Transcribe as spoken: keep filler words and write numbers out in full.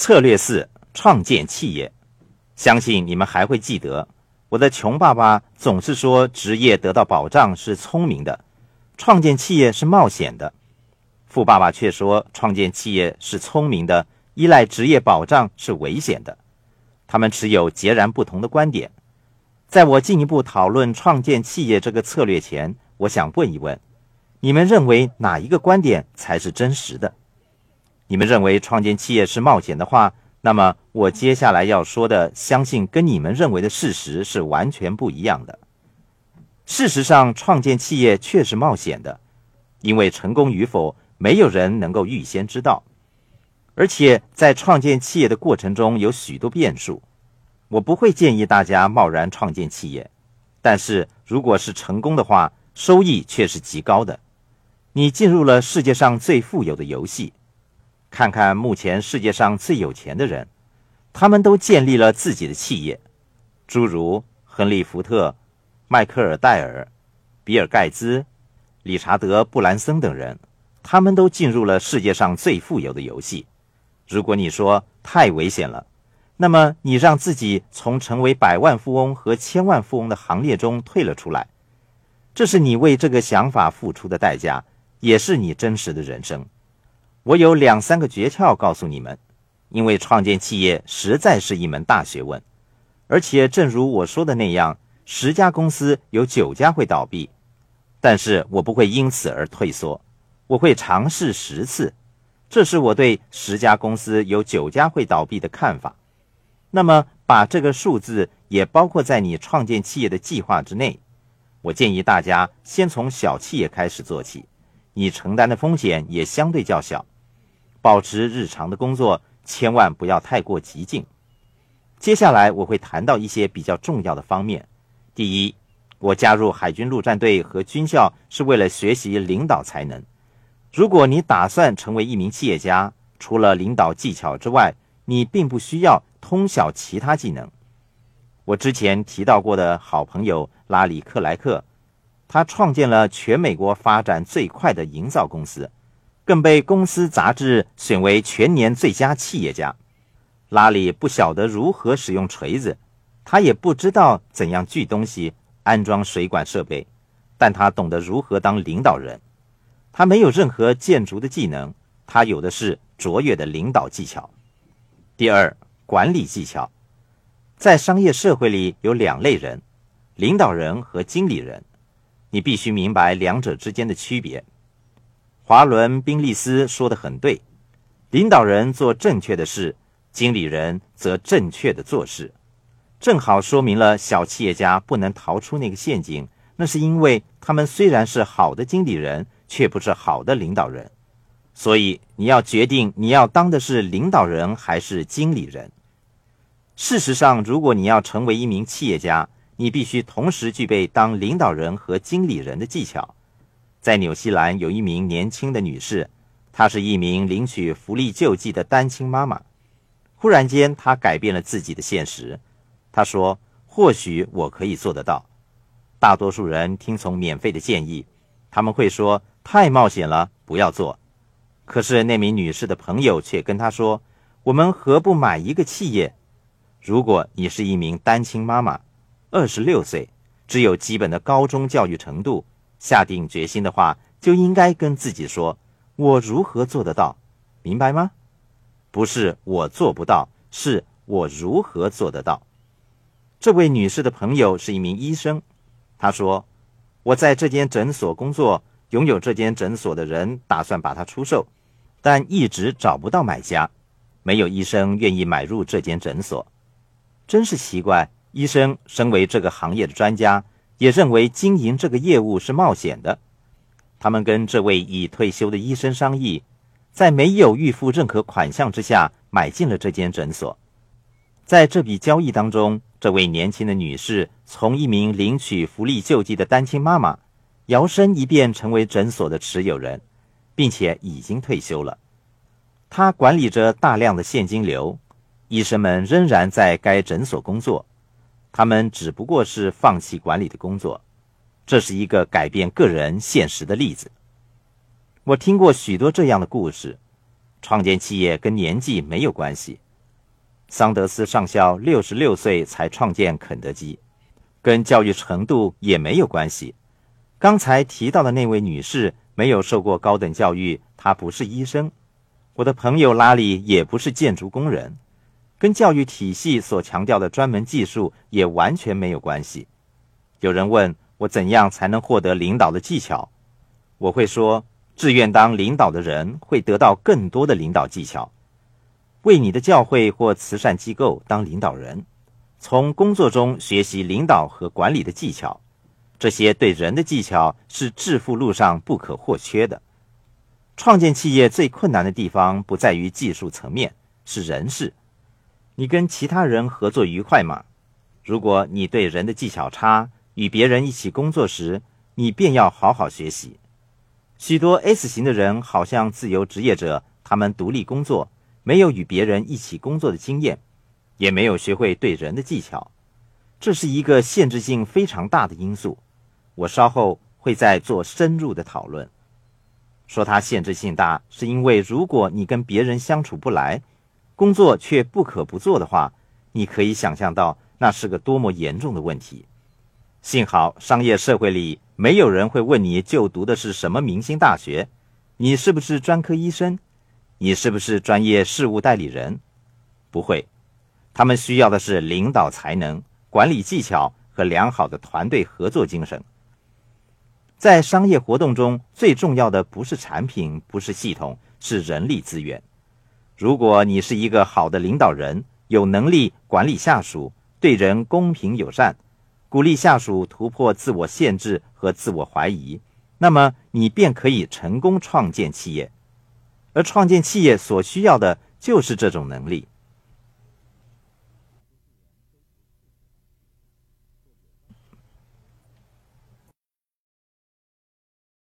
策略四：创建企业。相信你们还会记得，我的穷爸爸总是说职业得到保障是聪明的，创建企业是冒险的。富爸爸却说创建企业是聪明的，依赖职业保障是危险的。他们持有截然不同的观点。在我进一步讨论创建企业这个策略前，我想问一问，你们认为哪一个观点才是真实的？你们认为创建企业是冒险的话，那么我接下来要说的，相信跟你们认为的事实是完全不一样的。事实上，创建企业确实冒险的，因为成功与否，没有人能够预先知道。而且在创建企业的过程中有许多变数。我不会建议大家贸然创建企业，但是如果是成功的话，收益却是极高的。你进入了世界上最富有的游戏。看看目前世界上最有钱的人，他们都建立了自己的企业，诸如亨利·福特、迈克尔·戴尔、比尔·盖茨、理查德·布兰森等人，他们都进入了世界上最富有的游戏。如果你说太危险了，那么你让自己从成为百万富翁和千万富翁的行列中退了出来，这是你为这个想法付出的代价，也是你真实的人生。我有两三个诀窍告诉你们，因为创建企业实在是一门大学问，而且正如我说的那样，十家公司有九家会倒闭，但是我不会因此而退缩，我会尝试十次，这是我对十家公司有九家会倒闭的看法。那么把这个数字也包括在你创建企业的计划之内。我建议大家先从小企业开始做起，你承担的风险也相对较小。保持日常的工作，千万不要太过激进。接下来我会谈到一些比较重要的方面。第一，我加入海军陆战队和军校是为了学习领导才能。如果你打算成为一名企业家，除了领导技巧之外，你并不需要通晓其他技能。我之前提到过的好朋友拉里·克莱克，他创建了全美国发展最快的营造公司，更被公司杂志选为全年最佳企业家。拉里不晓得如何使用锤子，他也不知道怎样锯东西、安装水管设备，但他懂得如何当领导人。他没有任何建筑的技能，他有的是卓越的领导技巧。第二，管理技巧。在商业社会里有两类人，领导人和经理人，你必须明白两者之间的区别。华伦·宾利斯说得很对，领导人做正确的事，经理人则正确的做事。正好说明了小企业家不能逃出那个陷阱，那是因为他们虽然是好的经理人，却不是好的领导人。所以你要决定你要当的是领导人还是经理人。事实上，如果你要成为一名企业家，你必须同时具备当领导人和经理人的技巧。在纽西兰有一名年轻的女士，她是一名领取福利救济的单亲妈妈。忽然间，她改变了自己的现实。她说，或许我可以做得到。大多数人听从免费的建议，他们会说太冒险了，不要做。可是那名女士的朋友却跟她说，我们何不买一个企业？如果你是一名单亲妈妈，二十六岁，只有基本的高中教育程度，下定决心的话，就应该跟自己说，我如何做得到？明白吗？不是我做不到，是我如何做得到。这位女士的朋友是一名医生，她说，我在这间诊所工作，拥有这间诊所的人打算把它出售，但一直找不到买家，没有医生愿意买入这间诊所。真是奇怪，医生身为这个行业的专家，也认为经营这个业务是冒险的。他们跟这位已退休的医生商议，在没有预付任何款项之下买进了这间诊所。在这笔交易当中，这位年轻的女士从一名领取福利救济的单亲妈妈，摇身一变成为诊所的持有人，并且已经退休了。她管理着大量的现金流，医生们仍然在该诊所工作，他们只不过是放弃管理的工作。这是一个改变个人现实的例子。我听过许多这样的故事。创建企业跟年纪没有关系， 桑德斯上校六十六岁才创建肯德基，跟教育程度也没有关系。刚才提到的那位女士没有受过高等教育，她不是医生。我的朋友拉里也不是建筑工人，跟教育体系所强调的专门技术也完全没有关系。有人问我怎样才能获得领导的技巧，我会说，志愿当领导的人会得到更多的领导技巧。为你的教会或慈善机构当领导人，从工作中学习领导和管理的技巧，这些对人的技巧是致富路上不可或缺的。创建企业最困难的地方不在于技术层面，是人事。你跟其他人合作愉快吗？如果你对人的技巧差，与别人一起工作时，你便要好好学习。许多 S 型的人好像自由职业者，他们独立工作，没有与别人一起工作的经验，也没有学会对人的技巧，这是一个限制性非常大的因素。我稍后会再做深入的讨论。说它限制性大，是因为如果你跟别人相处不来，工作却不可不做的话，你可以想象到那是个多么严重的问题。幸好商业社会里没有人会问你就读的是什么明星大学，你是不是专科医生，你是不是专业事务代理人，不会。他们需要的是领导才能、管理技巧和良好的团队合作精神。在商业活动中，最重要的不是产品，不是系统，是人力资源。如果你是一个好的领导人，有能力管理下属，对人公平友善，鼓励下属突破自我限制和自我怀疑，那么你便可以成功创建企业。而创建企业所需要的就是这种能力。